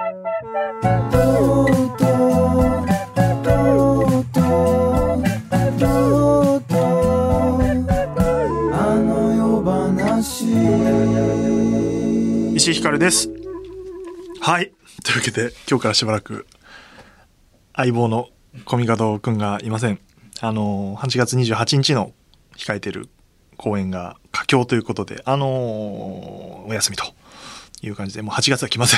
石井ひかるです。はい、というわけで今日からしばらく相棒のコミカドくんがいません。8月28日の控えている公演が佳境ということでお休みという感じで、もう8月は来ません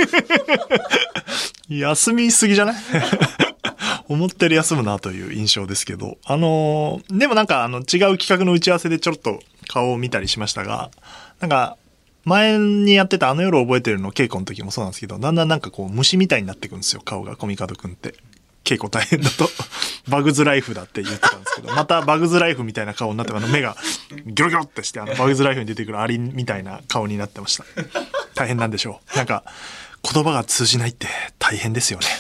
休みすぎじゃない思ったより休むなという印象ですけど、でもなんか違う企画の打ち合わせでちょっと顔を見たりしましたが、なんか前にやってた夜を覚えてるの稽古の時もそうなんですけど、だんだんなんかこう虫みたいになってくるんですよ、顔が。コミカドくんって稽古大変だとバグズライフだって言ってたんですけど、またバグズライフみたいな顔になって、目がギョロギョロってしてバグズライフに出てくるアリみたいな顔になってました。大変なんでしょう。なんか言葉が通じないって大変ですよね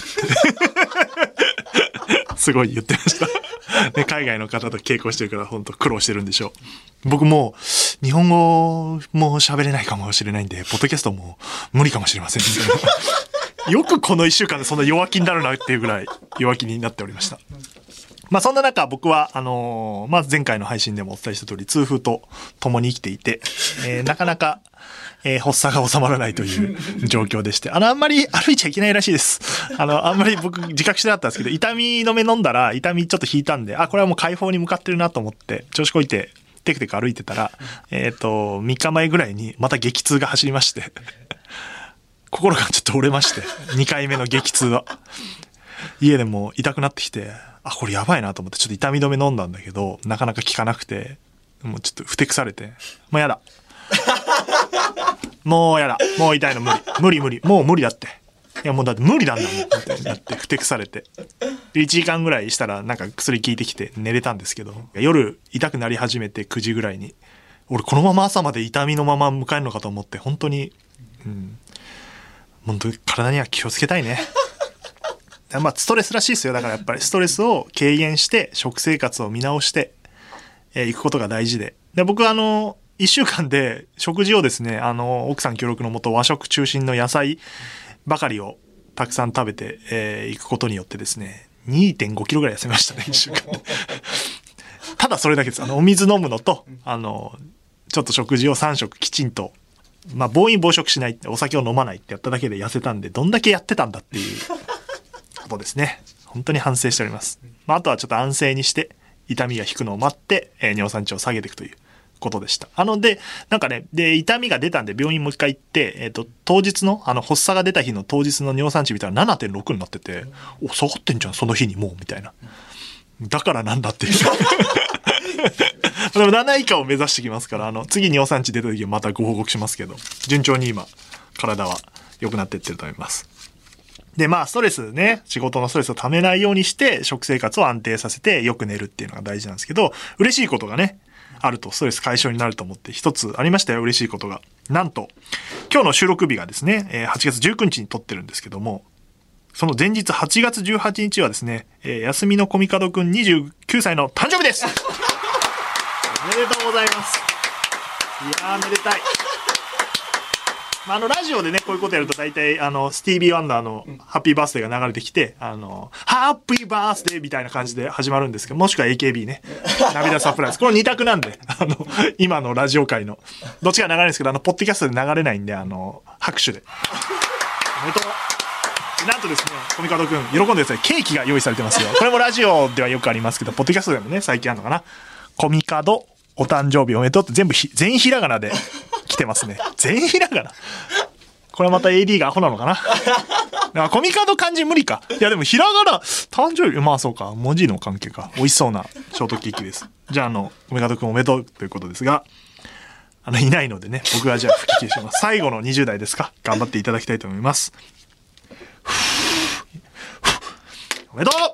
すごい言ってましたで、海外の方と稽古してるから本当苦労してるんでしょう。僕も日本語も喋れないかもしれないんで、ポッドキャストも無理かもしれませんよくこの1週間でそんな弱気になるなっていうぐらい弱気になっておりました。まあそんな中、僕は前回の配信でもお伝えした通り痛風と共に生きていて、なかなか発作が収まらないという状況でして、あんまり歩いちゃいけないらしいです。あんまり僕自覚してなかったんですけど、痛み止め飲んだら痛みちょっと引いたんで、これはもう解放に向かってるなと思って調子こいてテクテク歩いてたら、3日前ぐらいにまた激痛が走りまして心がちょっと折れまして、2回目の激痛は家でも痛くなってきて、これやばいなと思ってちょっと痛み止め飲んだんだけど、なかなか効かなくて、もうちょっとふてくされて、もうやだもうやだ、もう痛いの無理もう無理だって、いやもうだって無理なんだもんみたいになってふてくされて、1時間ぐらいしたらなんか薬効いてきて寝れたんですけど、夜痛くなり始めて9時ぐらいに、俺このまま朝まで痛みのまま迎えるのかと思って、本当に本当に体には気をつけたいねストレスらしいですよ。だからやっぱりストレスを軽減して食生活を見直していくことが大事で、僕は1週間で食事をですね、奥さん協力のもと和食中心の野菜ばかりをたくさん食べていくことによってですね、2.5 キロぐらい痩せましたね、1週間でただそれだけです。お水飲むのとちょっと食事を3食きちんと、暴飲暴食しないって、お酒を飲まないってやっただけで痩せたんで、どんだけやってたんだっていうことですね。本当に反省しております。あとはちょっと安静にして痛みが引くのを待って、尿酸値を下げていくということでした。でなんかね、で痛みが出たんで病院もう一回行って、当日の発作が出た日の当日の尿酸値見たら 7.6 になってて、下がってんじゃんその日にもうみたいな。だからなんだっていうでも7以下を目指してきますから、次尿酸値出た時はまたご報告しますけど、順調に今体は良くなっていってると思います。でストレスね、仕事のストレスをためないようにして食生活を安定させてよく寝るっていうのが大事なんですけど、嬉しいことがねあるとストレス解消になると思って一つありましたよ、嬉しいことが。なんと今日の収録日がですね、8月19日に撮ってるんですけども、その前日8月18日はですね、休みのコミカドくん29歳の誕生日ですおめでとうございます。いやーめでたい。ラジオでねこういうことやると大体スティービー・ワンダーのハッピーバースデーが流れてきて、ハッピーバースデーみたいな感じで始まるんですけど、もしくは AKB ね、涙サプライズ、この2択なんで今のラジオ界のどっちが流れるんですけど、ポッドキャストで流れないんで拍手でおめでとう。なんとですね、コミカドくん喜んでください。ケーキが用意されてますよ。これもラジオではよくありますけど、ポッドキャストでもね最近あるのかな。コミカドお誕生日おめでとうって全ひらがなで来てますね。全ひらがな。これはまた AD がアホなのかな。だからコミカド漢字無理か。いやでもひらがな誕生日、そうか、文字の関係か。美味しそうなショートケーキです。じゃあコミカドくんおめでとうということですが、いないのでね、僕がじゃあ吹き消します。最後の20代ですか。頑張っていただきたいと思います。おめでとう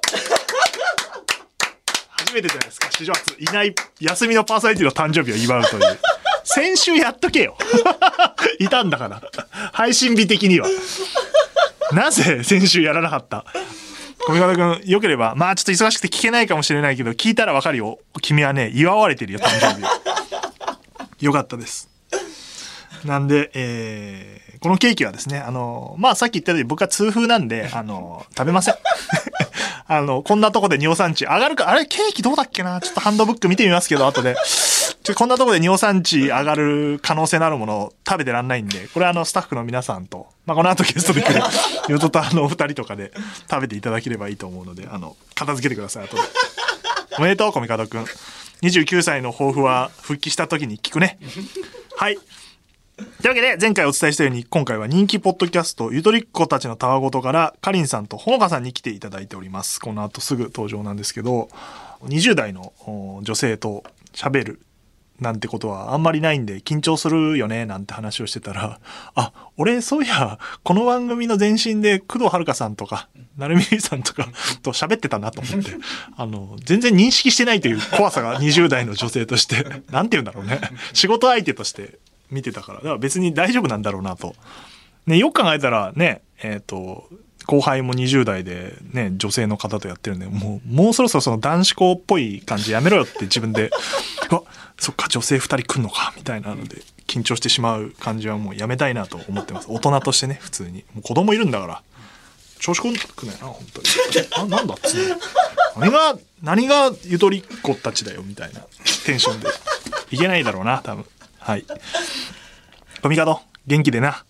初めてじゃないですか、史上初いない休みのパーソナリティの誕生日を祝うという。先週やっとけよいたんだから配信日的には。なぜ先週やらなかった。コミカドくんよければ、ちょっと忙しくて聞けないかもしれないけど、聞いたらわかるよ。君はね祝われてるよ、誕生日よかったです。 なんで、このケーキはですね、まあさっき言ったように僕は痛風なんで、食べません。こんなとこで尿酸値上がるか、あれケーキどうだっけな、ちょっとハンドブック見てみますけど、後で。こんなとこで尿酸値上がる可能性のあるものを食べてらんないんで、これスタッフの皆さんと、まあこの後ゲストで来る、ヨトタのお二人とかで食べていただければいいと思うので、片付けてください、後で。おめでとう、コミカドくん。29歳の抱負は復帰した時に聞くね。はい。というわけで、前回お伝えしたように、今回は人気ポッドキャスト、ゆとりっ子たちのたわごとから、かりんさんとほのかさんに来ていただいております。この後すぐ登場なんですけど、20代の女性と喋るなんてことはあんまりないんで緊張するよねなんて話をしてたら、あ、俺そういやこの番組の前身で工藤遥さんとか成海さんとかと喋ってたなと思って全然認識してないという怖さが20代の女性としてなんて言うんだろうね、仕事相手として見てたから、だから別に大丈夫なんだろうなと、ね、よく考えたらね、後輩も20代でね、女性の方とやってるんで、もうそろそろその男子校っぽい感じやめろよって自分でうわ、そっか女性2人来んのかみたいなので緊張してしまう感じはもうやめたいなと思ってます。大人としてね、普通にもう子供いるんだから調子こんくないな本当になんだっつうの、何がゆとりっ子たちだよみたいなテンションでいけないだろうな多分。はい、コミカド元気でな。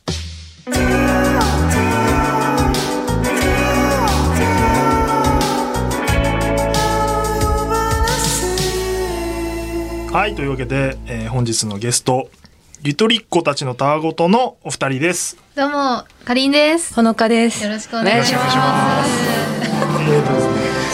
はい、というわけで、本日のゲストゆとりっ子たちのたわごとのお二人です。 どうもかりんです。 ほのかです。 よろしくお願いします。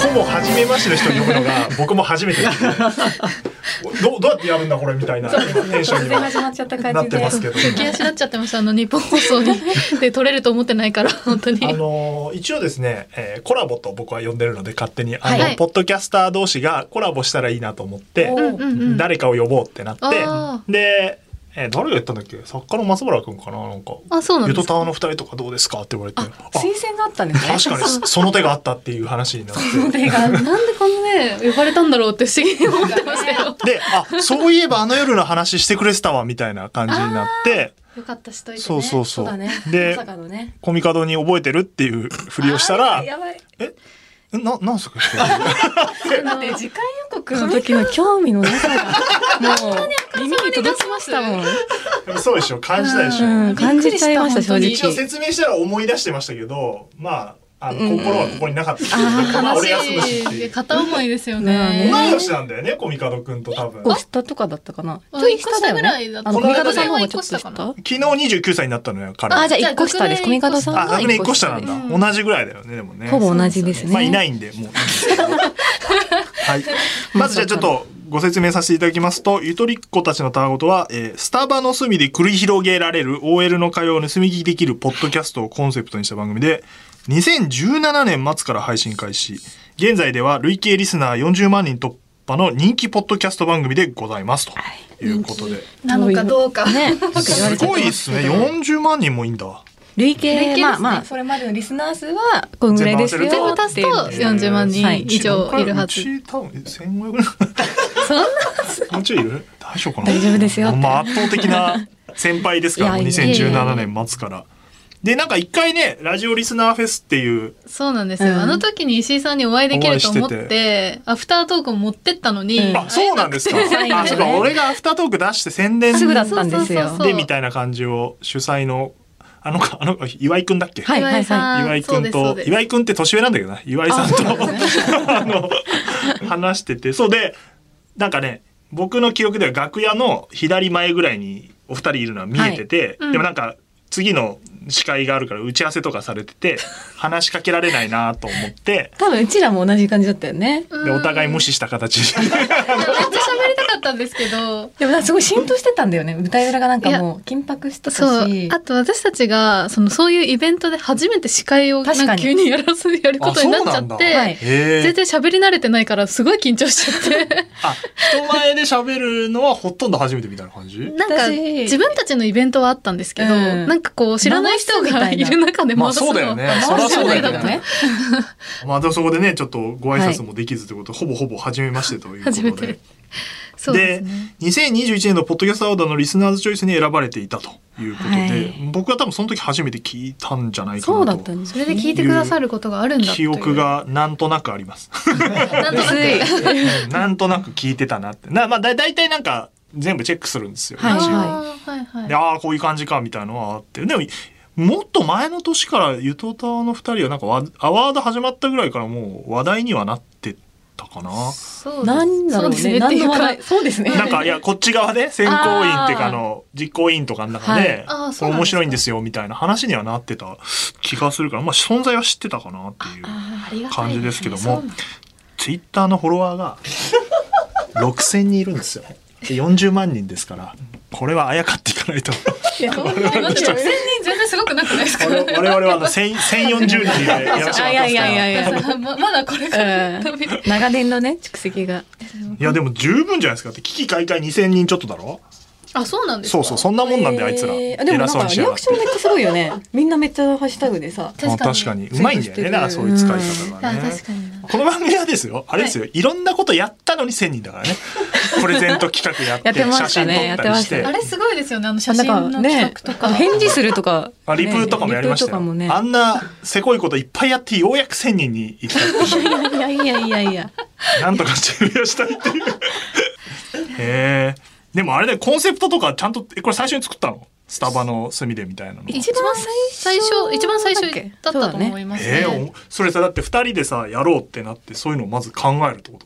ほぼ初めましての人に呼ぶのが僕も初めてですねどうやってやるんだこれみたいなテンションには始まっちゃった感じでなってますけど、 駆け足になっちゃってました。日本放送にで撮れると思ってないから本当に一応ですね、コラボと僕は呼んでるので勝手にはいポッドキャスター同士がコラボしたらいいなと思って、誰かを呼ぼうってなって、で誰が言ったんだっけ、作家の松原くんかな、なんかゆとたわの2人とかどうですかって言われて、 推薦があったんですね。 確かにその手があったっていう話になってなんでこのね呼ばれたんだろうって不思議に思ってましたよで、そういえば夜の話してくれてたわみたいな感じになって、 よかったしといてね。 そうだね。 で、 まさかのね、 コミカドに覚えてるっていうふりをしたら、 やばい。 なんすかだって次回予告の時の興味のなさがもう耳に届きましたもん。 そうでしょ、感じたでしょ、 感じちゃいました正一応直。 説明したら思い出してましたけど、まあ心はここになかったまあ俺休むしっていう片思いですよね。 同い年なんだよね、コミカドくんと多分。 1個下とかだったかな。 ちょい下だよね。ぐらいだった。 コミカドさんの方がちょっと下。 昨日29歳になったのよ彼。 じゃあ1個下です。コミカドさんは学年1個下なんです。 だ、同じぐらいだよね。でもねほぼ同じですね。 まあいないんでもうはい、まずじゃあちょっとご説明させていただきますと、ゆとりっ子たちのたわごとは、スタバの隅で繰り広げられる OL の会話を盗み聞きできるポッドキャストをコンセプトにした番組で、2017年末から配信開始、現在では累計リスナー40万人突破の人気ポッドキャスト番組でございますということで、 なのかどうかね。 すごいですね、40万人もいいんだ。 累計まあそれまでのリスナー数はこのぐらいですよ全部足すと40万人以上いるはず。 うち多分1500ぐらいそんなもうちょいいる、大丈夫かな。 大丈夫ですよ。 まあ圧倒的な先輩ですから2017年末からで、なんか一回ねラジオリスナーフェスっていう、 そうなんですよ、あの時に石井さんにお会いできると思ってアフタートークを持ってったのに、 あ、そうなんですかあ、そうか、俺がアフタートーク出して宣伝すぐだったんですよでみたいな感じを主催の岩井くんだっけ、 はいはいはい、 岩井くんと、岩井くんって年上なんだけどな、岩井さんと話してて、そうでなんかね、僕の記憶では楽屋の左前ぐらいにお二人いるのは見えてて、でもなんか次の司会があるから打ち合わせとかされてて話しかけられないなと思って多分うちらも同じ感じだったよね。 でお互い無視した形でめっちゃ喋りたかったんですけど、 でもすごい浸透してたんだよね、舞台裏がなんかもう緊迫してたし。 そう、あと私たちがそういうイベントで初めて司会をなんか急にやることになっちゃって、全然喋り慣れてないからすごい緊張しちゃって人前で喋るのはほとんど初めてみたいな感じ。 なんか自分たちのイベントはあったんですけど、なんかこう知らない人がいる中で回すのは、 そうだよね、そりゃそうだよねまあでもそこでねちょっとご挨拶もできずということで、ほぼ初めましてということで、 で、2021年のポッドキャストアワードのリスナーズチョイスに選ばれていたということで、僕は多分その時初めて聞いたんじゃないかなと。 そうだったんです。 それで聞いてくださることがあるんだっていう記憶がなんとなくあります。なんとなく聞いてたなって。まあだいたいなんか全部チェックするんですよ。で、こういう感じかみたいなのはあって。でももっと前の年からゆとたわの2人はなんかアワード始まったぐらいからもう話題にはなってたかな。 なんだろうね。何の話題。そうですね。 なんかいやこっち側で選考委員っていうか実行委員とかの中でこれ面白いんですよみたいな話にはなってた気がするから、まあ存在は知ってたかなっていう感じですけども、ツイッターのフォロワーが6000人いるんですよ。40万人ですから、これはあやかっていかないと。 いや、6000人全然すごくなくないですか？ 我々は1040人でやらせてもらってますから。 いやまだこれから長年のね蓄積が。 いやでも十分じゃないですか。って危機開会2000人ちょっとだろ。 あ、そうなんですか。 そうそんなもんなんであいつら。 でもなんかリアクションめっちゃすごいよね。みんなめっちゃハッシュタグでさ。 確かにうまいんだよね。だからそういう使い方がね。この番組はですよ、あれですよ、いろんなことやったのに1000人だからね。プレゼント企画やって写真撮ったりして。 あれすごいですよね。写真の企画とか返事するとか、 リプとかもやりましたよ。あんなせこいこといっぱいやってようやく1000人に行ったっていや。 なんとかして増やしたいっていう。へー。でもあれね、コンセプトとかちゃんと、これ最初に作ったの？スタバの隅でみたいなの。 一番最初だったと思いますね。 それさ、だって2人でさ、やろうってなって、そういうのをまず考えるってこと？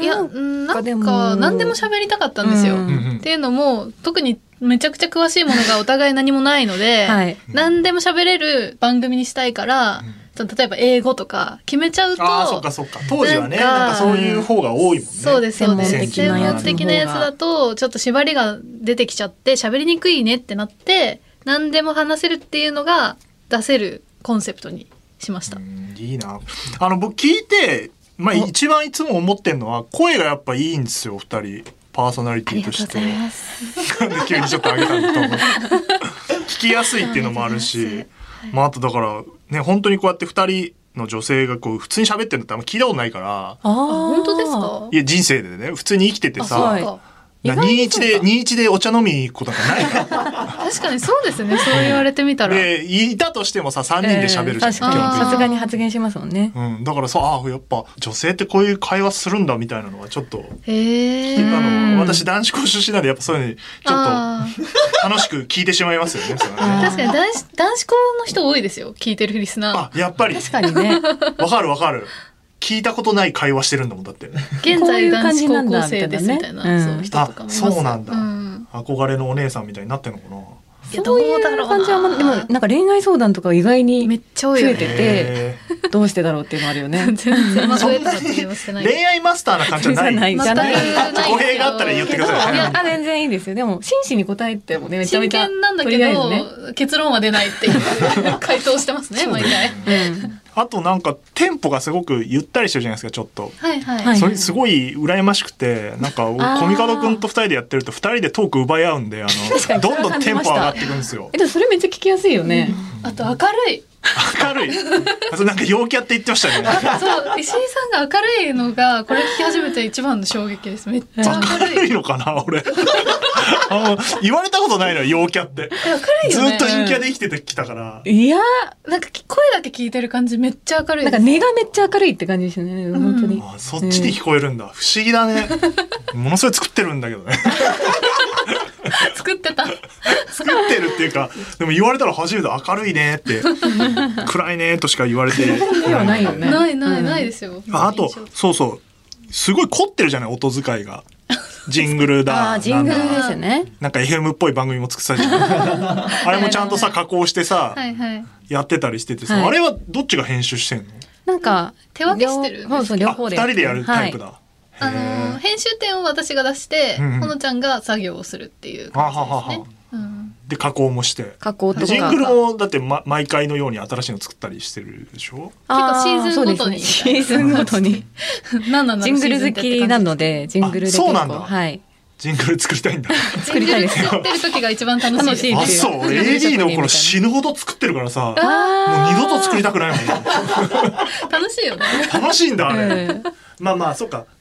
いや、なんか何でも喋りたかったんですよ。っていうのも、特にめちゃくちゃ詳しいものがお互い何もないので、何でも喋れる番組にしたいから、例えば英語とか決めちゃうと、 そっか当時はね、なんかそういう方が多いもんね。 そうです。専門的なやつだとちょっと縛りが出てきちゃって喋りにくいねってなって、何でも話せるっていうのが出せるコンセプトにしました。 いいな。僕聞いて、まあ一番いつも思ってんのは声がやっぱいいんですよ、2人パーソナリティとして。なんで急にちょっと上げたんだと思う。聞きやすいっていうのもあるし、まああとだからね、本当にこうやって2人の女性がこう普通に喋ってるんだったら聞いたことないから。 本当ですか？ いや人生でね、普通に生きててさ、21でお茶飲みに行くことなんかないから。 確かにそうですね。そう言われてみたら。 で、いたとしてもさ、3人で喋るじゃん。 確かに。さすがに発言しますもんね。 だからさ、やっぱ女性ってこういう会話するんだみたいなのはちょっと聞けたのは、私男子校出身なんでやっぱそういうのにちょっと楽しく聞いてしまいますよね。 確かに男子校の人多いですよ。聞いてるリスナー。 やっぱり。 確かにね。わかる。聞いたことない会話してるんだもんだって。 現在男子高校生ですみたいなそう人とかもいます。 そうなんだ。憧れのお姉さんみたいになってんのかな。 そういう感じはでもなんか恋愛相談とか意外にめっちゃ増えてて、どうしてだろうっていうのあるよね。 そんなに恋愛マスターな感じじゃない。語弊があったら言ってください。 いや全然いいですよ。でも真摯に答えてもね、めちゃめちゃ真剣なんだけど結論は出ないっていう回答してますね毎回。 あとなんかテンポがすごくゆったりしてるじゃないですか、ちょっと。それすごい羨ましくて、なんかコミカドくんと2人でやってると2人でトーク奪い合うんで、どんどんテンポ上がっていくんですよ。 それめっちゃ聞きやすいよね。 あと明るい。 なんか陽キャって言ってましたね。 そう、石井さんが明るいのがこれ聞き始めて一番の衝撃です。めっちゃ明るい。 明るいのかな俺。言われたことないのよ、陽キャって。 明るいよね。 ずっと陰キャで生きてきたから。 いや、 なんか声だけ聞いてる感じめっちゃ明るい。 なんか根がめっちゃ明るいって感じですね。本当に。 そっちで聞こえるんだ。不思議だね。ものすごい作ってるんだけどね。 作ってるっていうか、でも言われたら初めて明るいねって暗いねとしか言われてないよね。 ないですよ。 あとそうすごい凝ってるじゃない、音使いが。ジングルだ。 ジングルですね。 なんか FM っぽい番組も作ってたじゃん。あれもちゃんとさ加工してさやってたりしててさ、あれはどっちが編集してんの？ なんか手分けしてる。 そう両方で。 2人でやるタイプだ。 編集点を私が出して、ほのちゃんが作業をするっていう感じですね。で加工もして。 加工とか。 ジングルもだって毎回のように新しいの作ったりしてるでしょ？ 結構シーズンごとに。 シーズンごとに。ジングル好きなので、ジングルで結構。そうなんだ。はい。 ジングル作りたいんだ。 作りたいです。 作ってる時が一番楽しいです。 そう。AD の頃死ぬほど作ってるからさ、もう二度と作りたくないもん。 楽しいよね。 楽しいんだあれ。まあそっか。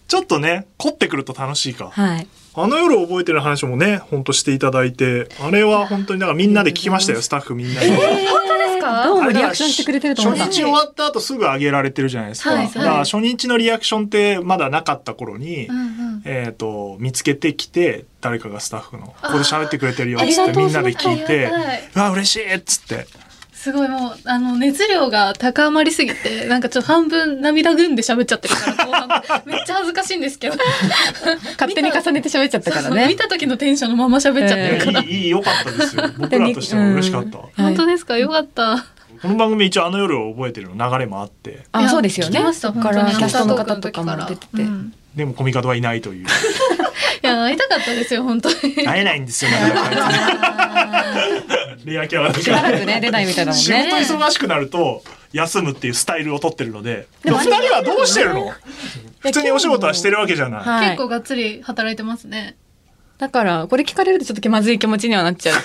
ちょっとね、凝ってくると楽しいか。 はい。 あの夜覚えてる話もね、ほんとしていただいて、あれは本当に、だからみんなで聞きましたよ、スタッフみんなで。 本当ですか？ どうもリアクションしてくれてると思った。 初日終わった後すぐ上げられてるじゃないですか。 はい、 だから初日のリアクションってまだなかった頃に、見つけてきて、誰かがスタッフの、ここで喋ってくれてるよっつってみんなで聞いて、うわ、嬉しいっつって。 すごいもう、熱量が高まりすぎて、なんかちょっと半分涙ぐんで喋っちゃってるから、後半めっちゃ恥ずかしいんですけど。 勝手に重ねて喋っちゃったからね。 見た時のテンションのまま喋っちゃってるから。 良かったですよ。僕らとしても嬉しかった。 本当ですか？よかった。 この番組一応あの夜を覚えてるの流れもあって。 あ、そうですよね。 そこからキャストの方とかも出てて。 でもコミカドはいないという。 いや、会いたかったですよ、本当に。 会えないんですよ、なかなかレアキャラだから。 しばらくね、出ないみたいだもんね。 仕事忙しくなると、休むっていうスタイルを取ってるので。でも二人はどうしてるの？普通にお仕事はしてるわけじゃない。 結構がっつり働いてますね。 だから、これ聞かれるとちょっと気まずい気持ちにはなっちゃう。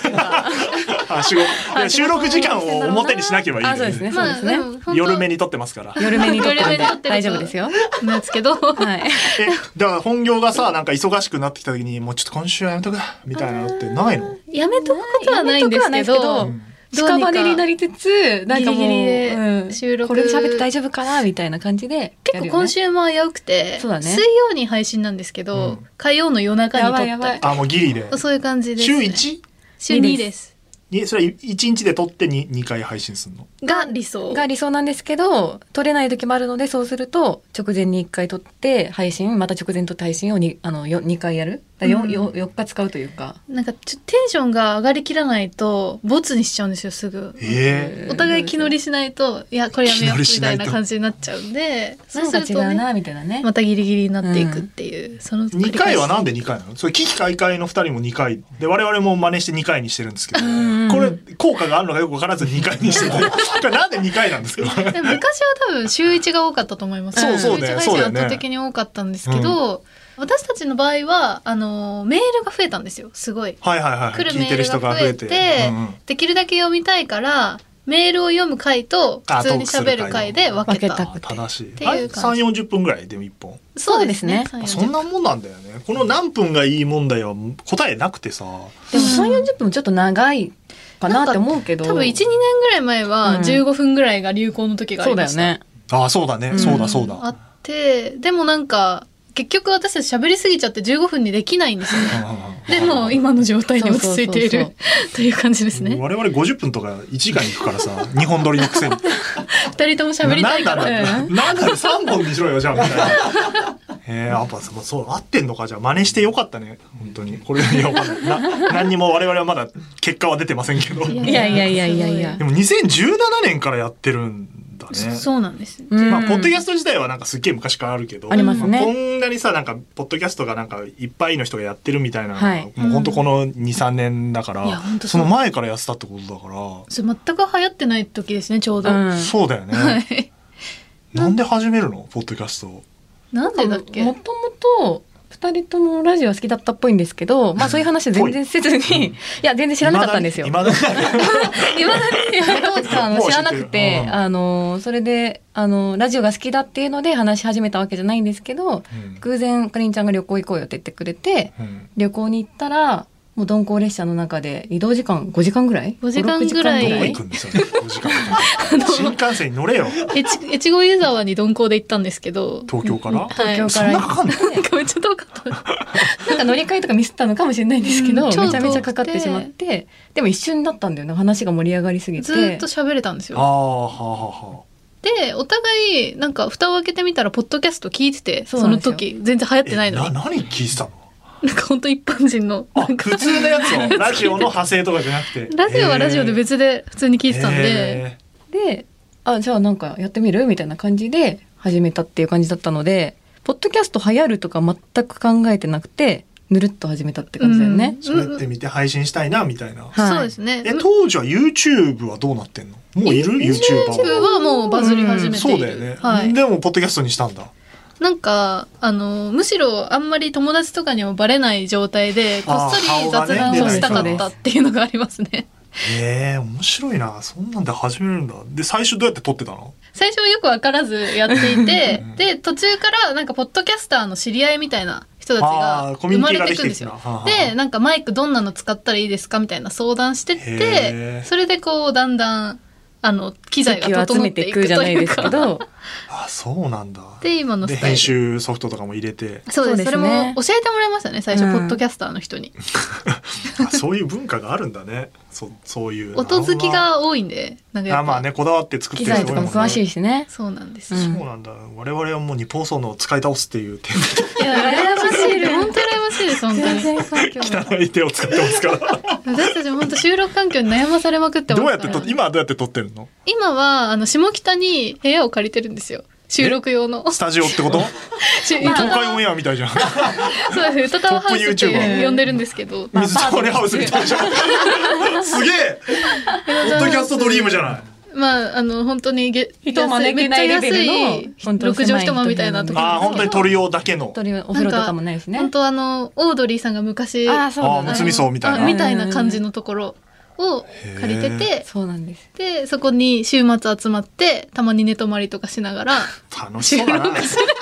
収録時間を表にしなければいいですね。そうですね。 夜目に撮ってますから。 夜目に撮ってるんで大丈夫ですよ。 なんですけど。はい。 だから本業がさ、なんか忙しくなってきた時に、もうちょっと今週はやめとくみたいなのってないの？ やめとくことはないんですけど、 屍になりつつ、なんかもう、 ギリギリで収録、 これで喋って大丈夫かなみたいな感じで。 結構今週も危うくて、水曜に配信なんですけど、火曜の夜中に撮ったり。 あ、もうギリで。 そういう感じです。 週 1？ 週2です。 それは1日で撮って2回配信するのが理想なんですけど、撮れない時もあるので、そうすると直前に1回撮って配信、また直前に撮って配信を2回やる。4日使うというか、 なんかテンションが上がりきらないとボツにしちゃうんですよ、すぐ。お互い気乗りしないと、いやこれやめようみたいな感じになっちゃうんで、 そうするとね、みたいなね、 またギリギリになっていくっていう、その 2回はなんで2回なの？それ危機開会の2人も2回で、我々も真似して2回にしてるんですけど、これ効果があるのかよく分からず2回にしてて、これなんで2回なんですか？ 昔は多分週1が多かったと思います。 そうね、 週1配信圧倒的に多かったんですけど、私たちの場合はメールが増えたんですよ、すごい。来るメールが増えて、できるだけ読みたいからメールを読む回と普通に喋る回で分けた正しい。3、40分ぐらいでも1本。 そうですね。 そんなもんなんだよね。この何分がいい問題は答えなくてさ。 でも3、40分ちょっと長いかなって思うけど、 多分1、2年ぐらい前は15分ぐらいが流行の時がありました。 そうだよね。 あ、そうだね。そうだ。 あって、でもなんか結局私たち喋りすぎちゃって15分にできないんですよね。でも今の状態に落ち着いているという感じですね。 我々50分とか1時間行くからさ、2本撮りのくせに。 2人とも喋りたいから。 なんだ3本にしろよ、じゃあみたいな。やっぱそう合ってんのか。じゃあ真似してよかったね、本当に。これでよかった。何にも我々はまだ結果は出てませんけど。 いや。 でも2017年からやってるんだね。 そうなんです。 まあポッドキャスト自体はなんかすっげえ昔からあるけど、 ありますね。 こんなにさ、なんかポッドキャストがなんかいっぱいの人がやってるみたいなのが、もう本当この2、3年だから、その前からやってたってことだから。 それ全く流行ってない時ですね、ちょうど。 そうだよね。なんで始めるのポッドキャスト？ なんでだっけ？ もともと2人ともラジオは好きだったっぽいんですけど、まあそういう話全然せずに、いや全然知らなかったんですよ。 今だに当時さ知らなくて、それでラジオが好きだっていうので話し始めたわけじゃないんですけど、偶然かりんちゃんが旅行行こうよって言ってくれて、旅行に行ったらもう鈍行列車の中で移動時間5時間ぐらい？ 5時間ぐらい。 どこ行くんですよね、5時間。新幹線に乗れよ。 越後湯沢に鈍行で行ったんですけど。 東京から？ 東京から。そんなかかんの？ めっちゃ遠かった。 なんか乗り換えとかミスったのかもしれないんですけど、めちゃめちゃかかってしまって、でも一瞬だったんだよね、話が盛り上がりすぎて。 ずっと喋れたんですよ。で、お互いなんか蓋を開けてみたらポッドキャスト聞いてて、その時全然流行ってないのに。 何聞いてたの？ なんか本当一般人の普通のやつをラジオの派生とかじゃなくて、 ラジオはラジオで別で普通に聞いてたんで、 じゃあなんかやってみるみたいな感じで始めたっていう感じだったので、ポッドキャスト流行るとか全く考えてなくて、ぬるっと始めたって感じだよね。 そうやって見て配信したいなみたいな。 そうですね。 当時は YouTube はどうなってんの？もういる YouTuber はもうバズり始めている。 そうだよね。でもポッドキャストにしたんだ。 なんかむしろあんまり友達とかにもバレない状態でこっそり雑談をしたかったっていうのがありますね。 面白いな。そんなんで始めるんだ。で、最初どうやって撮ってたの？ 最初はよく分からずやっていてで途中からなんかポッドキャスターの知り合いみたいな人たちが生まれていくんですよ。でなんかマイクどんなの使ったらいいですかみたいな相談してってそれでこうだんだん機材が整っていくというか、じゃないですけどそうなんだ。 で今のスタイルで編集ソフトとかも入れて、 そうです、それも教えてもらいましたね最初、ポッドキャスターの人にそういう文化があるんだね。そういう音好きが多いんで、なんかやっぱまあね、こだわって作ってる機材とかも詳しいしね。 そうなんです、 そうなんだ。我々はもう日本放送の使い倒すっていう点でいや羨ましいです、本当羨ましいです。本当に汚い手を使ってますから私たちも本当収録環境に悩まされまくってますから。 今はどうやって撮ってるの？ 今は下北に部屋を借りてるんですよ、収録用の。 スタジオってこと？東海オンエアみたいじゃん。 そうです、歌タワーハウスって呼んでるんですけど、 水溜りハウスみたいじゃん。すげえポッドキャストドリームじゃない。 まあ本当に人を招けないレベルの 6畳一間みたいなところ。 本当に撮る用だけの。 お風呂とかもないしね。 本当オードリーさんが昔むつみ荘みたいな感じのところを借りてて、 そうなんです。 でそこに週末集まってたまに寝泊まりとかしながら楽しそうだな。2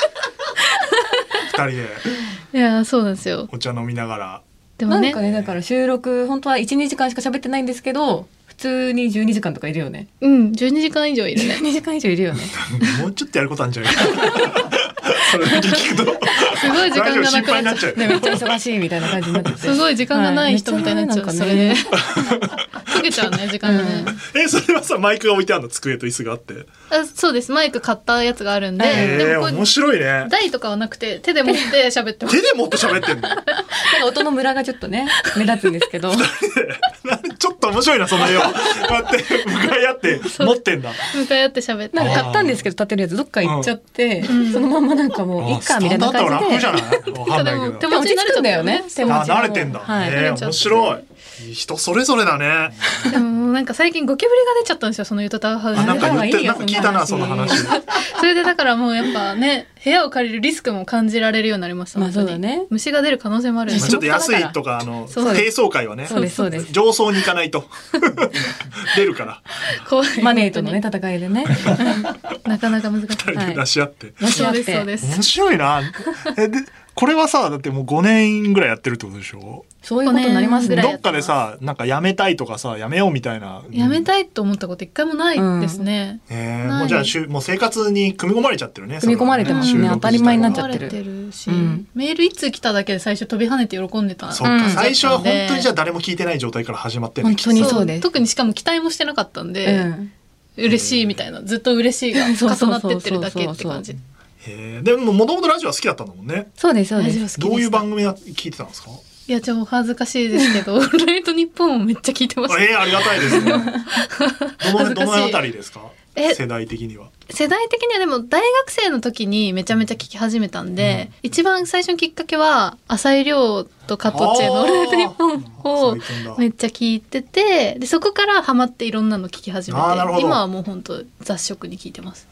人で。 いやそうなんですよ。 お茶飲みながら。 でもね、 なんかね、だから収録本当は 1,2 時間しか喋ってないんですけど、普通に12時間とかいるよね。 12時間以上いるね。 12時間以上いるよね。 もうちょっとやることあるんじゃないかそれだけ聞くとすごい時間がなくなっちゃう。 めっちゃ忙しいみたいな感じになってて、すごい時間がない人みたいになっちゃう、それで溶けちゃうね、時間がね。 それはさ、マイクが置いてあるの？机と椅子があって。 そうです、マイク買ったやつがあるんで。 でも面白いね。 台とかはなくて手で持って喋ってます。 手で持って喋ってんの？ なんか音のムラがちょっとね目立つんですけどちょっと面白いな、その絵は。こうやって向かい合って持ってんだ。 向かい合って喋って。 なんか買ったんですけど立てるやつどっか行っちゃって、そのままなんかもういっかみたいな感じで。 楽じゃない？わかんないけど。 手持ちになれちゃうんだよね。 慣れてんだ。面白い。人それぞれだね。 でもなんか最近ゴキブリが出ちゃったんですよ、そのユタタワーハウス。 なんか聞いたな、その話。 それでだからもうやっぱね、部屋を借りるリスクも感じられるようになりました。 まあそうだね。 虫が出る可能性もある。 ちょっと安いとか低層階はね、 そうです。 上層に行かないと出るから。 マネーとのね戦いでね。 なかなか難しい。 2人で出し合って。 そうです。 面白いな。でこれはさ、だってもう5年ぐらいやってるってことでしょ？ そういうことになりますね。 どっかでさ、なんかやめたいとかさ、やめようみたいな。 やめたいと思ったこと一回もないですね。 もうじゃあもう生活に組み込まれちゃってるね。 組み込まれてますね。当たり前になっちゃってる。 メールいつ来ただけで最初飛び跳ねて喜んでた。 そうか、最初は本当にじゃあ誰も聞いてない状態から始まってる。 本当にそうです。 特にしかも期待もしてなかったんで、嬉しいみたいな、ずっと嬉しいが重なってってるだけって感じ。 でももともとラジオは好きだったんだもんね。 そうですそうです。 どういう番組は聞いてたんですか？ いや、お恥ずかしいですけど、オールナイトニッポンをめっちゃ聞いてました。 ありがたいですね。どのあたりですか？世代的には。 世代的にはでも大学生の時にめちゃめちゃ聞き始めたんで、一番最初のきっかけは浅井亮と加藤千恵のオールナイトニッポンをめっちゃ聞いてて、でそこからハマっていろんなの聞き始めて、今はもう本当雑食に聞いてます。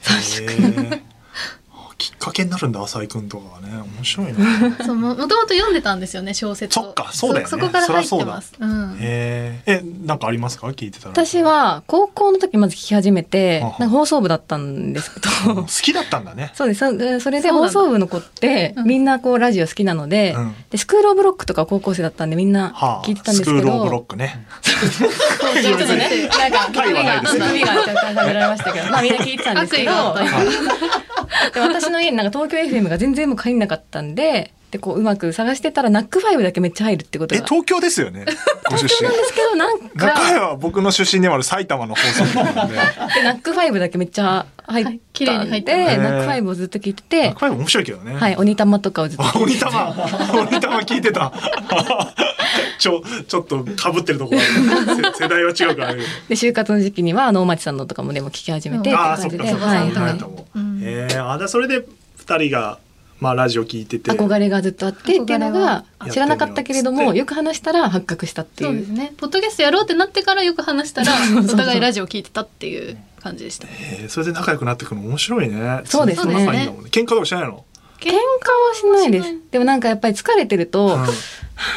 きっかけになるんだ、浅井くんとかはね。面白いね。 そう、もともと読んでたんですよね、小説を。 そっか、そうだよね。 そこから入ってます。 なんかありますか？聞いてたら。 私は高校の時まず聞き始めて、なんか放送部だったんですけど。 好きだったんだね。 そうです。それで放送部の子ってみんなこうラジオ好きなので、でスクールオブロックとか高校生だったんでみんな聞いてたんですけど。 スクールオブロックね。 ちょっとね、なんか髪が若干食べられましたけど、まあみんな聞いてたんですけど。で私の家になんか東京 FM が全然も入んなかったんで、こううまく探してたらナックファイブだけめっちゃ入るってことが。 東京ですよね。ご出身。 東京なんですけどなんか。 中谷は僕の出身でもある埼玉の放送局なんで。 でナックファイブだけめっちゃ入って綺麗に入ってナックファイブをずっと聞いてて。 ナックファイブ面白いけどね。 はい、鬼玉とかをずっと聞いてて。 鬼玉聞いてた。ちょっと被ってるところある。世代は違うからね。 で就活の時期には能町さんのとかもでも聞き始めてって感じで。 それで2人がまあラジオ聞いてて憧れがずっとあってっていうのが知らなかったけれども、よく話したら発覚したっていう。 そうですね。ポッドキャストやろうってなってからよく話したらお互いラジオ聞いてたっていう感じでした。 それで仲良くなっていくの面白いね。 そうですね。 喧嘩とかしないの？ 喧嘩はしないです。でもなんかやっぱり疲れてると、疲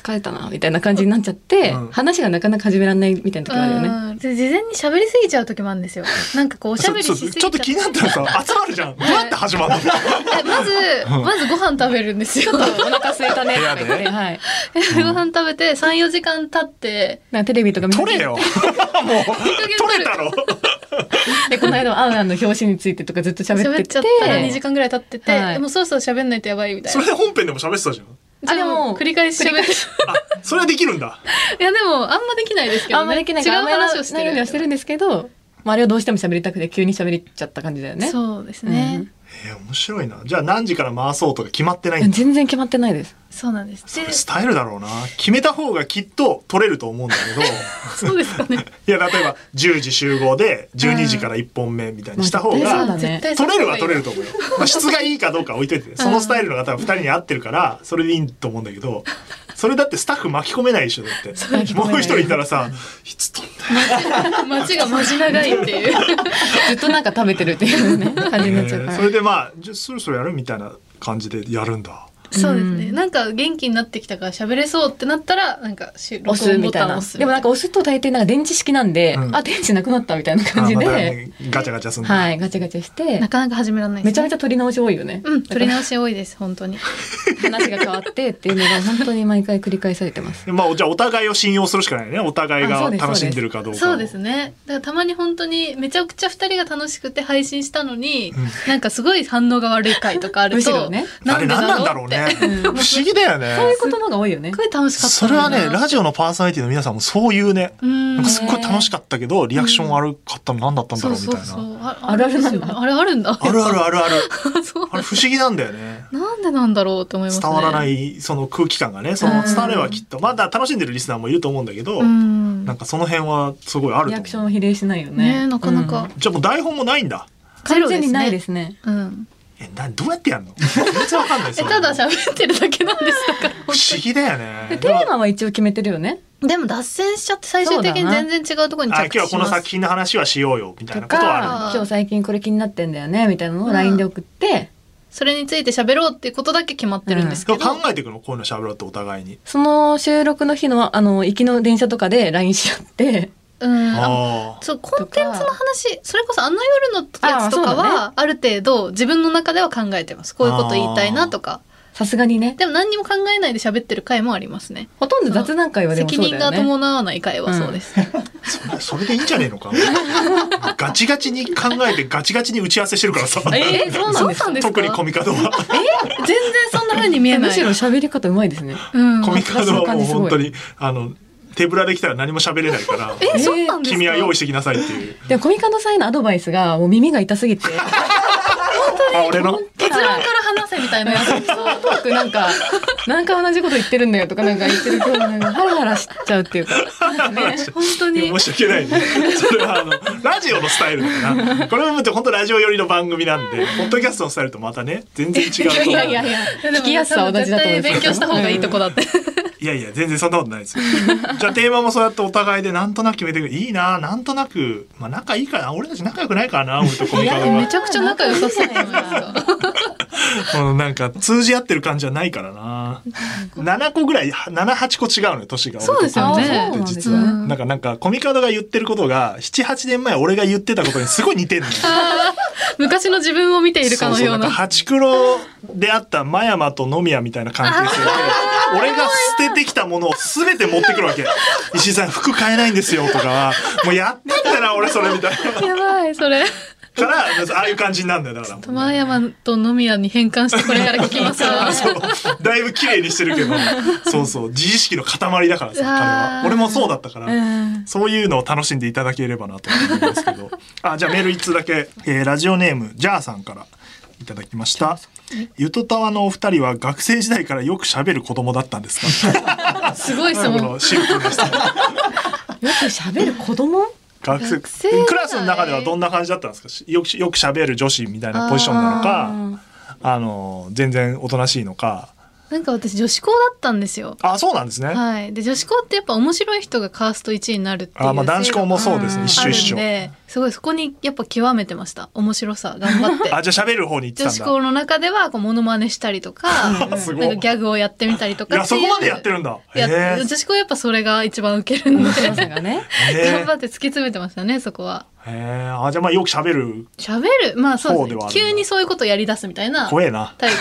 疲れたなみたいな感じになっちゃって、話がなかなか始められないみたいな時あるよね。 で事前に喋りすぎちゃう時もあるんですよ。なんかこうおしゃべりしすぎちゃって、 ちょっと気になったらさ集まるじゃん。どうやって始まるの？ まずご飯食べるんですよ。 お腹空いたねって言って、はい、 ご飯食べて 3,4 時間経ってなんかテレビとか見て、 撮れよ。もう撮れたろ。 でこの間アンアンの表紙についてとかずっと喋ってて、 喋っちゃったら2時間ぐらい経ってて、 はい、 でもそろそろ喋んないとやばいみたいな。 それで本編でも喋ってたじゃん。 でも繰り返し喋ってそれはできるんだ。 いやでもあんまできないですけどね。 あんまできないから違う話をしてるんですけど、あれをどうしても喋りたくて急に喋っちゃった感じだよね。 そうですね。 面白いな。じゃあ何時から回そうとか決まってないんだ。 全然決まってないです。 そうなんです。 それスタイルだろうな。決めた方がきっと取れると思うんだけど。 そうですかね。 いや例えば10時集合で12時から1本目みたいにした方が、取れるは取れると思うよ。質がいいかどうか置いといて、そのスタイルの方は2人に合ってるからそれでいいと思うんだけど、それだってスタッフ巻き込めないでしょ。だってもう一人いたらさ、いつ飛んだよ。 街がマジ長いっていう。 ずっとなんか食べてるっていうね感じになっちゃうから。 それでじゃあそろそろやるみたいな感じでやるんだ。 そうですね。なんか元気になってきたから喋れそうってなったらなんか録音ボタンを押す。でもなんか押すと大抵なんか電池式なんで、電池なくなったみたいな感じで、 ガチャガチャするんだ。 はい、ガチャガチャしてなかなか始められないですね。 めちゃめちゃ取り直し多いよね。 取り直し多いです本当に。 話が変わってっていうのが本当に毎回繰り返されてます。 じゃあお互いを信用するしかないね。お互いが楽しんでるかどうか。 そうですね。だからたまに本当にめちゃくちゃ2人が楽しくて配信したのに、なんかすごい反応が悪い回とかあると、 なんでだろうね。不思議だよね。 そういうことのが多いよね。 すごい楽しかった。 それはね、ラジオのパーソナリティの皆さんもそういうね、なんかすっごい楽しかったけどリアクション悪かったの何だったんだろうみたいな。 あるあるなんだ。あれあるんだ。 あるある。あれ不思議なんだよね。 なんでなんだろうって思いますね。 伝わらないその空気感がね、その伝わればきっとまだ楽しんでるリスナーもいると思うんだけど、なんかその辺はすごいあると思う。 リアクションは比例しないよね。 なかなか。 じゃあもう台本もないんだ。 完全にないですね。 どうやってやるの？全然わかんないですよ。 ただ喋ってるだけなんですだから。 不思議だよね。 テーマは一応決めてるよね。 でも脱線しちゃって最終的に全然違うところに着地します。 今日はこの作品の話はしようよみたいなことはあるんだ。 今日最近これ気になってんだよねみたいなのを LINE で送って、 それについて喋ろうっていうことだけ決まってるんですけど。 考えていくの？こういうの喋ろうってお互いに。 その収録の日の行きの電車とかで LINE し合って。 そうコンテンツの話、それこそあの夜のやつとかはある程度自分の中では考えてます。こういうこと言いたいなとか。 さすがにね。 でも何にも考えないで喋ってる回もありますね。 ほとんど雑談会はでもそうだよね。 責任が伴わない回はそうです。 それでいいんじゃねえのか。ガチガチに考えてガチガチに打ち合わせしてるからさ。 そうなんですか。 特にコミカドは。 全然そんな風に見えない。 むしろ喋り方うまいですね。 コミカドはもう本当に手ぶらできたら何も喋れないから、 そうなんですか？ 君は用意してきなさいっていう。 でもコミカドさんへのアドバイスがもう耳が痛すぎて。 俺の結論から話せみたいなやつ。 なんか同じこと言ってるんだよとかなんか言ってるとハラハラしちゃうっていうか、 ね、本当に申し訳ないね。それはラジオのスタイルだから。これも本当ラジオ寄りの番組なんで、ポッドキャストのスタイルとまたね全然違うと思う。 いや聞きやすさは同じだと思う。 絶対勉強した方がいいとこだって。 いや全然そんなことないですよ。じゃあテーマもそうやってお互いでなんとなく決めていく。いいな、なんとなく、仲いいかな。俺たち仲良くないからな。俺とコミカドはめちゃくちゃ仲良さそうじゃないですか。 なんか通じ合ってる感じはないからな。7個ぐらい、7、8個違うのよ、年が。 そうですよね。 実は。なんかコミカドが言ってることが7、8年前俺が言ってたことにすごい似てるのよ。 昔の自分を見ているかのような。 ハチクロであった真山と野宮みたいな関係性で、俺が捨ててきたものを全て持ってくるわけ。石井さん服買えないんですよとか、もうやったんだな俺それみたいな。 やばいそれ。 からああいう感じなんだよ。だから真山と野宮に変換してこれから聞きますわ。 そうだいぶ綺麗にしてるけど、そう自意識の塊だからさ彼は。俺もそうだったから、そういうのを楽しんでいただければなと思うんですけど。じゃあメール1通だけ、ラジオネームジャーさんからいただきました。ゆとたわのお二人は学生時代からよく喋る子供だったんですか？ すごい質問。 シンプルです。よく喋る子供？ クラスの中ではどんな感じだったんですか？よく喋る女子みたいなポジションなのか、全然おとなしいのか。 なんか私女子校だったんですよ。 あ、そうなんですね。 はい。で女子校ってやっぱ面白い人がカースト1位になるっていう。 まあ男子校もそうですね。一緒一緒。 すごいそこにやっぱ極めてました。面白さ頑張って。 あ、じゃあ喋る方に行ってたんだ。 女子校の中ではこうモノマネしたりとか、なんかギャグをやってみたりとか。 いやそこまでやってるんだ。 女子校やっぱそれが一番ウケるんで。頑張って突き詰めてましたねそこは。 じゃあまあよく喋る。 まあそうですね。急にそういうことをやり出すみたいな。 怖えな。タイプ。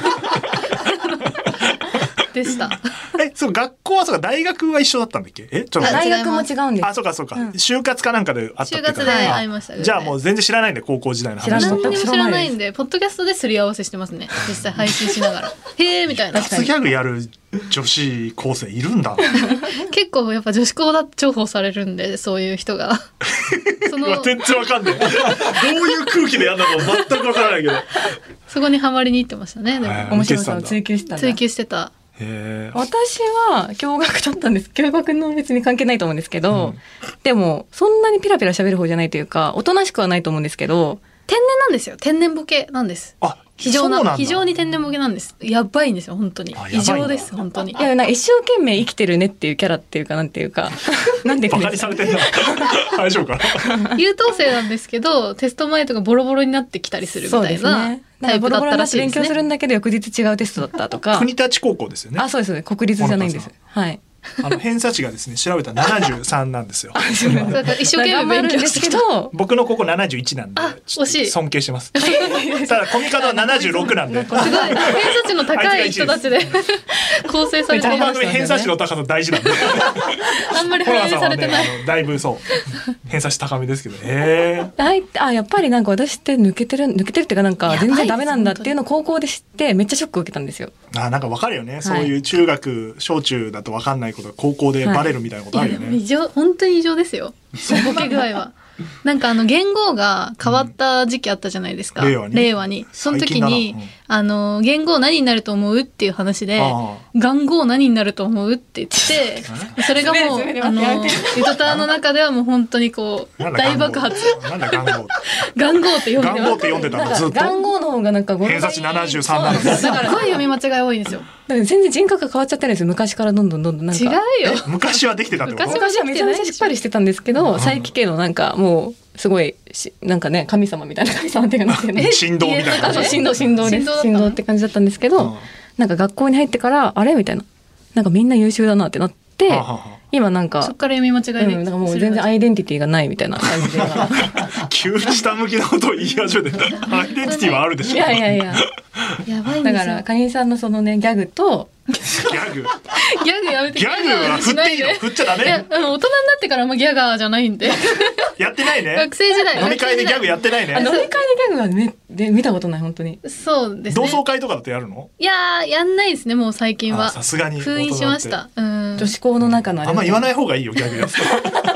でした。 そう学校はそうか大学は一緒だったんだっけ？ ちょっと大学も違うんです。 あ、そうかそうか。就活かなんかで会ったって。 就活で会いました。 じゃあもう全然知らないんで高校時代の話。 何にも知らないんでポッドキャストですり合わせしてますね。実際配信しながら。へえみたいな。 初ギャグやる女子高生いるんだ。 結構やっぱ女子校だ重宝されるんでそういう人が。 全然わかんない。どういう空気でやるのか全くわからないけど。 そこにハマりに行ってましたね。でも面白さを追求してた。 私は共学だったんです。共学の別に関係ないと思うんですけど、でもそんなにピラピラ喋る方じゃないというか、おとなしくはないと思うんですけど、 天然なんですよ。天然ボケなんです。非常に天然ボケなんです。やばいんですよ本当に。異常です本当に。いや一生懸命生きてるねっていうキャラっていうかなんていうか、なんでバカにされてんだ。大丈夫か。 優等生なんですけどテスト前とかボロボロになってきたりするみたいな。タイプだったらしいですね。 勉強するんだけど翌日違うテストだったとか。 国立高校ですよね。 あ、そうです。国立じゃないんです。はい。 偏差値がですね調べたら73なんですよ。 一生懸命勉強してきた。 僕のここ71なんで惜しい。 尊敬してます。ただコミカドは76なんで。 すごい偏差値の高い人たちで構成されてる。 この番組偏差値の高さ大事なんで。 あんまり反映されてない。 だいぶそう偏差値高めですけどやっぱりなんか私って抜けてるっていうかなんか全然ダメなんだっていうのを高校で知ってめっちゃショックを受けたんですよ。 なんかわかるよね。そういう中学小中だとわかんないことが高校でバレるみたいなことあるよね。 本当に異常ですよ。ボケ具合は。なんか元号が変わった時期あったじゃないですか。令和に。その時に元号何になると思うっていう話で元号何になると思うって言ってそれがもうゆとたの中ではもう本当にこう大爆発。 なんだ元号。 元号って読んでたのずっと。 元号の方がなんか偏差値73なんです。 だからすごい読み間違い多いんですよ。 だから全然人格が変わっちゃってるんですよ。昔からどんどんなんか。 違うよ。 昔はできてたってこと？ 昔はめちゃめちゃしっかりしてたんですけど、再帰系のなんかもうすごいなんかね神様みたいな神様っていうかなんか神道みたいな。 神道です。神道って感じだったんですけど、なんか学校に入ってからあれみたいな、なんかみんな優秀だなってなって、今なんかそっから読み間違いで、 なんかもう全然アイデンティティがないみたいな感じで。 急に下向きなことを言い始めて、アイデンティティはあるでしょ。 いややばいんですよ。 だからかりんさんのそのねギャグとギャグやめて。 ギャグは振っていいの？振っちゃダメ？ いや大人になってからもギャガーじゃないんで。 やってないね。 学生時代飲み会でギャグやってないね。 飲み会でギャグはねで見たことない本当に。 そうですね。 同窓会とかだとやるの？ いややんないですねもう最近は。 さすがに封印しました。 女子校の中のあんま言わない方がいいよギャグやつ。 ギ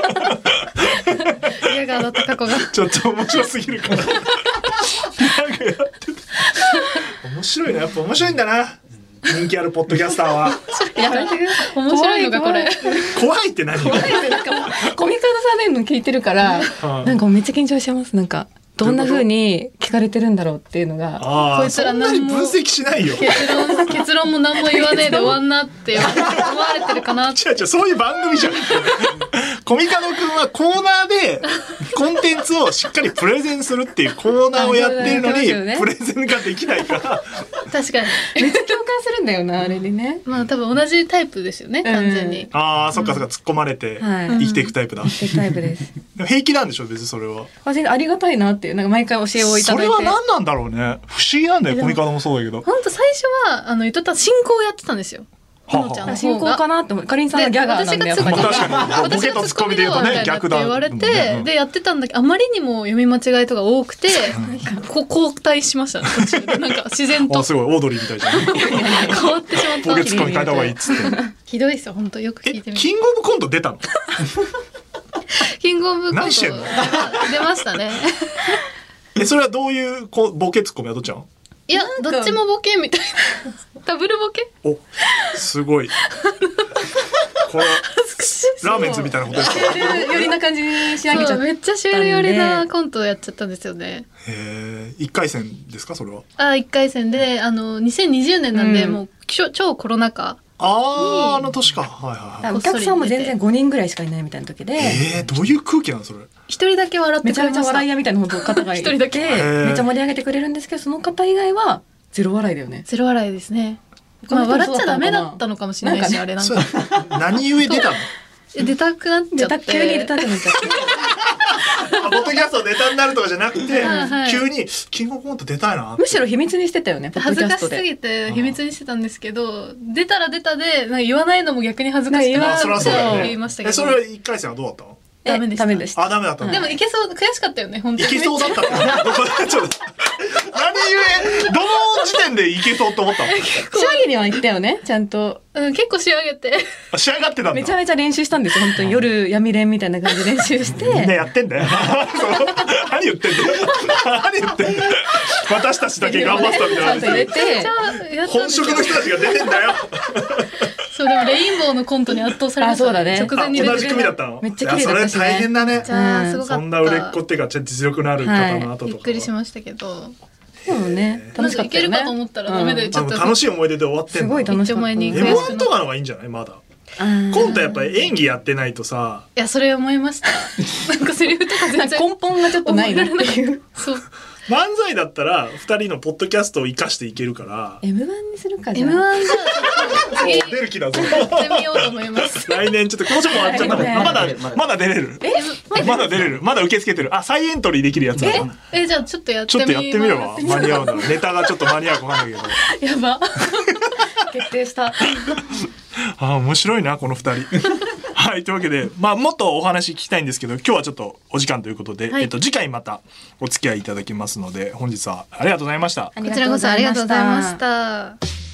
ャガーだった過去が。 ちょっと面白すぎるから。ギャグやってた。面白いなやっぱ面白いんだな。人気あるポッドキャスターは。 面白いのかこれ。 怖いって何？ なんかコミカドさんの聞いてるからなんかめっちゃ緊張してます。なんかどんな風に聞かれてるんだろうっていうのが。 こいつら何も分析しないよ。 結論も何も言わねえで終わんなって思われてるかな。 違うそういう番組じゃん。コミカドくんはコーナーでコンテンツをしっかりプレゼンするっていうコーナーをやってるのにプレゼンができないから。 確かにめっちゃ共感するんだよなあれにね。 まあ多分同じタイプですよね完全に。 そっか突っ込まれて生きていくタイプだ。 生きていくタイプです。 でも平気なんでしょ別にそれは。 ありがたいなっていうなんか毎回教えをいただいて。 それは何なんだろうね。不思議なんだよコミカドもそうだけど。 本当最初はゆとた進行をやってたんですよ。 進行かなって思う。かりんさんがギャガーなんでやっぱり。 ボケとツッコミで言うとね逆だって言われてでやってたんだけどあまりにも読み間違いとか多くて交代しましたね途中でなんか自然と。 すごいオードリーみたいじゃん。 変わってしまった。 ボケツッコミ変えた方がいいっつって。 ひどいですよ本当よく聞いてみて。 キングオブコント出たの？ キングオブコント出ましたね。 それはどういうボケツッコミはどっちなの？ いやどっちもボケみたいな。ダブルボケ？ おすごい。このラーメンズみたいなことですか？ シュール寄りな感じに仕上げちゃったんで。 めっちゃシュール寄りなコントをやっちゃったんですよね。 へえ、1回戦ですかそれは？ 1回戦で2020年なんで、もう超コロナ禍。 あの年か。はいはいはい。 お客さんも全然5人ぐらいしかいないみたいな時で。 どういう空気なのそれ？ 一人だけ笑ってくれました。 めちゃめちゃ笑い屋みたいな方がいて、一人だけめっちゃ盛り上げてくれるんですけど、その方以外はゼロ笑いだよね。 ゼロ笑いですね。まあ笑っちゃダメだったのかもしれないし、あれなんか。 何故出たの？ 出たくなっちゃって。 急に出たくなっちゃって。 ポッドキャストネタになるとかじゃなくて、急にキングオブコント出たいな。 むしろ秘密にしてたよね。 恥ずかしすぎて秘密にしてたんですけど、出たら出たでなんか言わないのも逆に恥ずかしくなっちゃう言いましたけど。 それは1回戦はどうだったの？ ダメでした。 ダメだったの。 でもいけそう、悔しかったよね、本当に。 いけそうだったって。何故、どの時点でいけそうと思ったの？ 仕上げには行ったよね、ちゃんと。 結構仕上げて。 仕上がってたんだ。 めちゃめちゃ練習したんですよ、本当に。夜闇練みたいな感じで練習して。 みんなやってんだよ。何言ってんだよ。何言ってんだよ。私たちだけ頑張ったみたいな。 入れて。 本職の人たちが出てんだよ。 そう、でもレインボーのコントに圧倒されました。 そうだね。 直前に同じ組だったの？ めっちゃ綺麗だったしね。 それ大変だね。 じゃあすごかった。 そんな売れっ子っていうか実力のある方の後とか。 びっくりしましたけど。 そうね。 楽しかったよね。いけるかと思ったらダメでちょっと。 楽しい思い出で終わってんの。 すごい楽しかった。 M1 とかの方がいいんじゃない？まだ。コントやっぱり演技やってないとさ。 いや、それ思いました。なんかセリフとか全然根本がちょっとないなっていう。 そう。 漫才だったら2人のポッドキャストを生かしていけるから M1 にするかじゃあ M1 が出る気だぞ。 やってみようと思います。 来年ちょっと今年も終わっちゃった。まだ出れる。まだ出れる。まだ受け付けてる。再エントリーできるやつだ。 じゃあちょっとやってみます。 ちょっとやってみれば間に合うなら。ネタがちょっと間に合うかわかんないけど。やば。 決定した。 面白いなこの2人。はい、というわけで、もっとお話聞きたいんですけど、今日はちょっとお時間ということで、次回またお付き合いいただきますので、本日はありがとうございました。 こちらこそありがとうございました。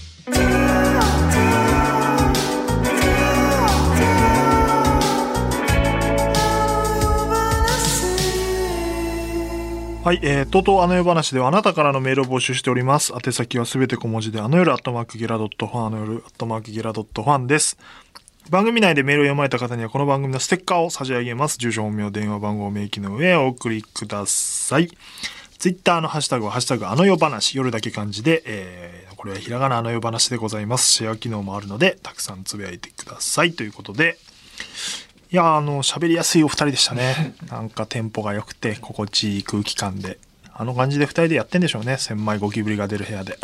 はい、とうとうあの夜話ではあなたからのメールを募集しております。宛先はすべて小文字で、あの夜@gera.fun、あの夜@gera.fun です。番組内でメールを読まれた方にはこの番組のステッカーを差し上げます。住所、本名、電話番号を明記の上お送りください。ツイッターのハッシュタグはハッシュタグあの夜話、夜だけ漢字で、これはひらがなあの夜話でございます。シェア機能もあるのでたくさんつぶやいてくださいということで、いや喋りやすいお二人でしたね。なんかテンポが良くて心地いい空気感で、あの感じで二人でやってんでしょうね。千枚ゴキブリが出る部屋で。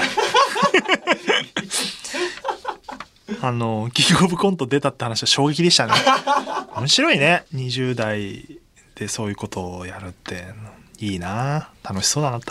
キングオブコント出たって話は衝撃でしたね。面白いね。20代でそういうことをやるっていいな。楽しそうだなった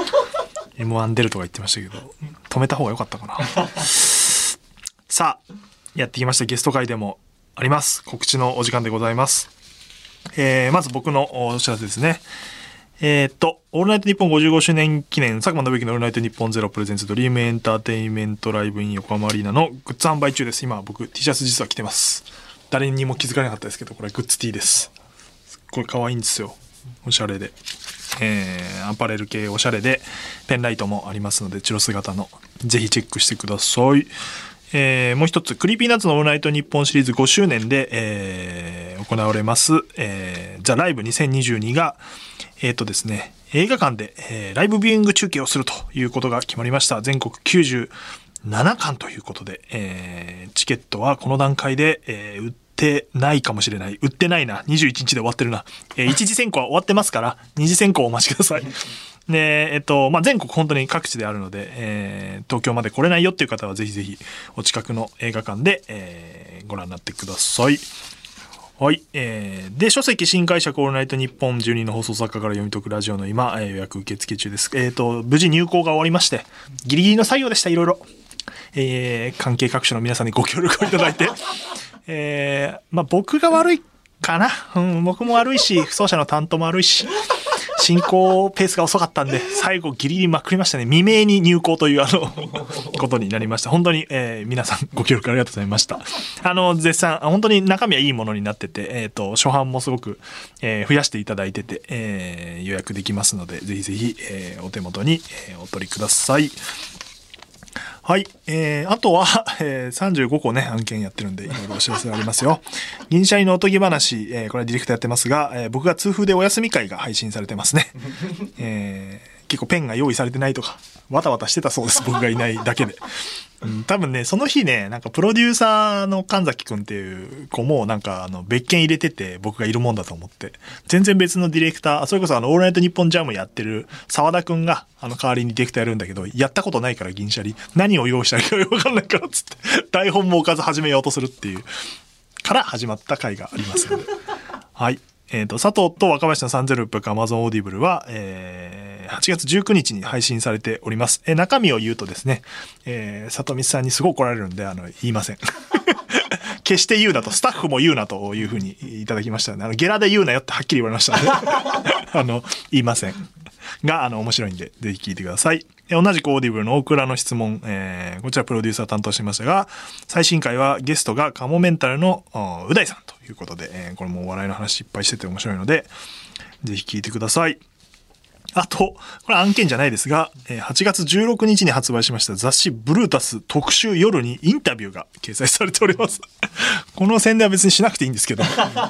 。M1 出るとか言ってましたけど、止めた方が良かったかな。さあ、やってきました。ゲスト会でもあります。告知のお時間でございます。まず僕のお知らせですね。オールナイトニッポン55周年記念佐久間信之のオールナイトニッポンゼロプレゼンツドリームエンターテインメントライブイン横浜アリーナのグッズ販売中です。今僕 T シャツ実は着てます。誰にも気づかなかったですけど、これグッズ T です。すっごい可愛いんですよ。おしゃれで、アパレル系おしゃれでペンライトもありますので、チロ姿のぜひチェックしてください。もう一つクリーピーナッツのオールナイトニッポンシリーズ5周年で、行われます、ザ・ライブ2022がですね、映画館で、ライブビューイング中継をするということが決まりました。全国97館ということで、チケットはこの段階で、売ってないかもしれない。売ってないな。21日で終わってるな。一次選考は終わってますから、二次選考をお待ちください。で、全国本当に各地であるので、東京まで来れないよっていう方はぜひぜひお近くの映画館で、ご覧になってください。はい。で、書籍新解釈オールナイトニッポン12の放送作家から読み解くラジオの今、予約受付中です。無事入稿が終わりまして、ギリギリの作業でした、いろいろ。関係各所の皆さんにご協力をいただいて、僕が悪いかな。僕も悪いし、不走者の担当も悪いし、進行ペースが遅かったんで、最後ギリギリまくりましたね。未明に入稿ということになりました。本当に、皆さんご協力ありがとうございました。絶賛、本当に中身はいいものになってて、初版もすごく、増やしていただいてて、予約できますので、ぜひぜひ、お手元に、お取りください。 はい。あとは、35個ね、案件やってるんで、いろいろお知らせがありますよ。銀シャリのおとぎ話、これはディレクターやってますが、僕が痛風でお休み会が配信されてますね。結構ペンが用意されてないとか、わたわたしてたそうです。僕がいないだけで。多分ね、その日ね、なんかプロデューサーの神崎くんっていう子もなんか別件入れてて僕がいるもんだと思って、全然別のディレクター、それこそオールナイトニッポンジャムやってる沢田くんが代わりにディレクターやるんだけど、やったことないから銀シャリ、何を用意したらいいか分かんないからっつって、台本も置かず始めようとするっていうから始まった回がありますので。はい。佐藤と若林の30600 Amazon Audible は、8月19日に配信されております。中身を言うとですね、里見さんにすごい怒られるんで、言いません。決して言うなと、スタッフも言うなというふうにいただきましたので、ゲラで言うなよってはっきり言われましたので、言いません。が、面白いんで、ぜひ聞いてください。同じくオーディブルの大倉の質問、こちらプロデューサー担当してましたが、最新回はゲストがカモメンタルのう大さんということで、これもお笑いの話いっぱいしてて面白いので、ぜひ聞いてください。あと、これ案件じゃないですが、8月16日に発売しました雑誌ブルータス特集夜にインタビューが掲載されております。この宣伝は別にしなくていいんですけど、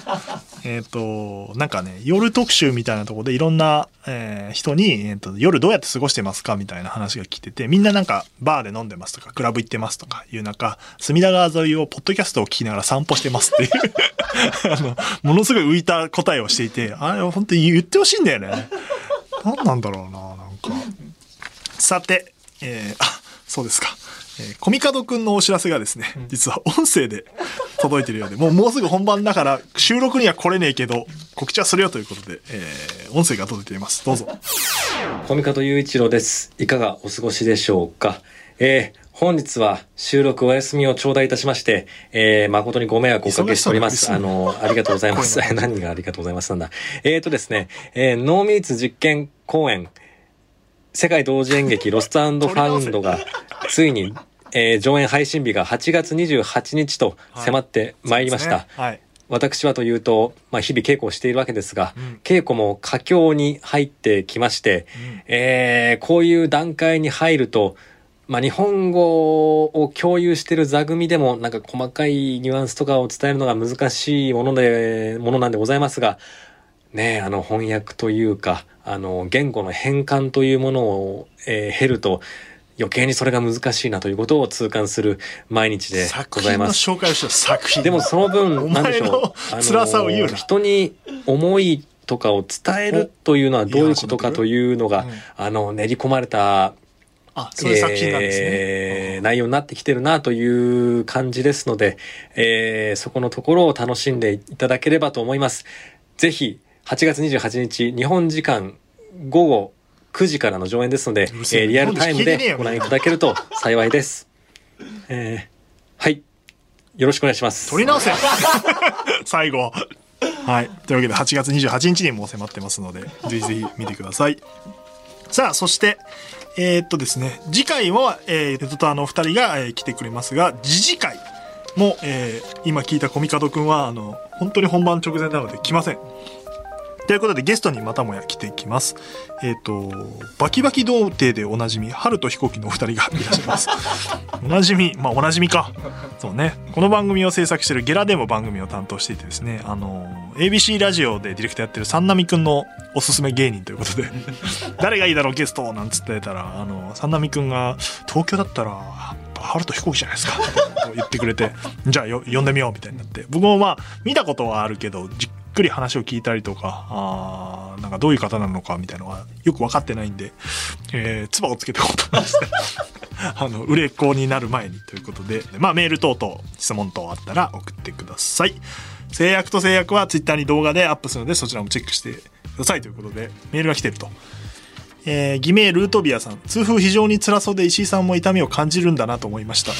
なんかね、夜特集みたいなところでいろんな、人に、夜どうやって過ごしてますかみたいな話が来てて、みんななんかバーで飲んでますとか、クラブ行ってますとかいう中、隅田川沿いをポッドキャストを聞きながら散歩してますっていうものすごい浮いた答えをしていて、あれ本当に言ってほしいんだよね。何なんだろうな、なんか。さて、そうですか。コミカドくんのお知らせがですね、実は音声で届いてるようで、もうすぐ本番だから収録には来れねえけど、告知はするよということで、音声が届いています。どうぞ。 コミカド雄一郎です。いかがお過ごしでしょうか。本日は収録お休みを頂戴いたしまして、誠にご迷惑をおかけしております。ありがとうございます。何がありがとうございますなんだ。ですね、ノーミーツ実験公演、世界同時演劇ロスト&ファウンドが、ついに、上演配信日が8月28日と迫ってまいりました。はい。私はというと、日々稽古をしているわけですが、稽古も佳境に入ってきまして、こういう段階に入ると、日本語を共有している座組でもなんか細かいニュアンスとかを伝えるのが難しいものなんでございますが、ね、翻訳というか、言語の変換というものを、経ると、余計にそれが難しいなということを痛感する毎日でございます。 作品の紹介をした作品。 でもその分、なんでしょう。 辛さを言うな。 人に思いとかを伝えるというのはどういうことかというのが、練り込まれた、 そういう作品なんですね。 内容になってきてるなという感じですので、そこのところを楽しんでいただければと思います。ぜひ、8月28日、日本時間午後9時からの上演ですので、リアルタイムでご覧いただけると幸いです。はい。よろしくお願いします。 取り直せ最後。はい。というわけで、8月28日にもう迫ってますので、ぜひぜひ見てください。さあ、そして、ですね、次回は、エドターのお二人が、来てくれますが、次々回も、今聞いたコミカドくんは、本当に本番直前なので来ません。ということでゲストにまたもや来てきます。バキバキ童貞でおなじみ、春と飛行機のお二人がいらっしゃいます。おなじみか。そうね。この番組を制作しているゲラでも番組を担当していてですね、ABC ラジオでディレクターやってる三波くんのおすすめ芸人ということで、誰がいいだろうゲストなんつってたら、三波くんが、東京だったら、春と飛行機じゃないですかって言ってくれて、じゃあ呼んでみようみたいになって、僕も見たことはあるけど、じっくり話を聞いたりとか、なんかどういう方なのかみたいなのはよく分かってないんで、唾をつけておこうと思いまして売れっ子になる前にということで、メール等々質問等あったら送ってください。制約と制約はツイッターに動画でアップするので、そちらもチェックしてくださいということで、メールが来てると。偽名ルートビアさん、痛風非常に辛そうで石井さんも痛みを感じるんだなと思いました。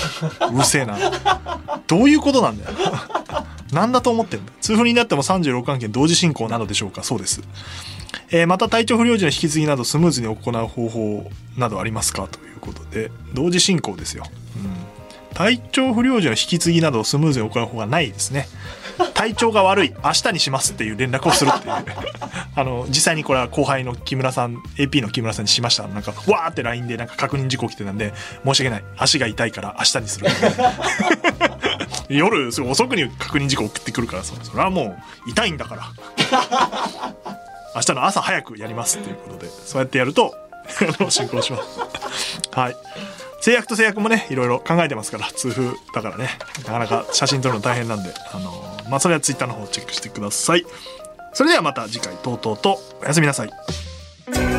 うるせえな。どういうことなんだよ。なんだと思ってるんだ。痛風になっても36案件同時進行なのでしょうか。そうです。また体調不良時の引き継ぎなどスムーズに行う方法などありますかということで、同時進行ですよ。 体調不良時の引き継ぎなどをスムーズに行う方がないですね。体調が悪い、明日にしますっていう連絡をするっていう実際にこれは後輩の木村さん AP の木村さんにしました。なんかわーって LINE でなんか確認事項来てたんで、申し訳ない、足が痛いから明日にする夜すごい遅くに確認事項送ってくるから、それはもう痛いんだから明日の朝早くやりますっていうことで、そうやってやると進行しますはい。制約と制約もねいろいろ考えてますから、痛風だからねなかなか写真撮るの大変なんで、それはツイッターの方チェックしてください。それではまた次回とうとうとおやすみなさい。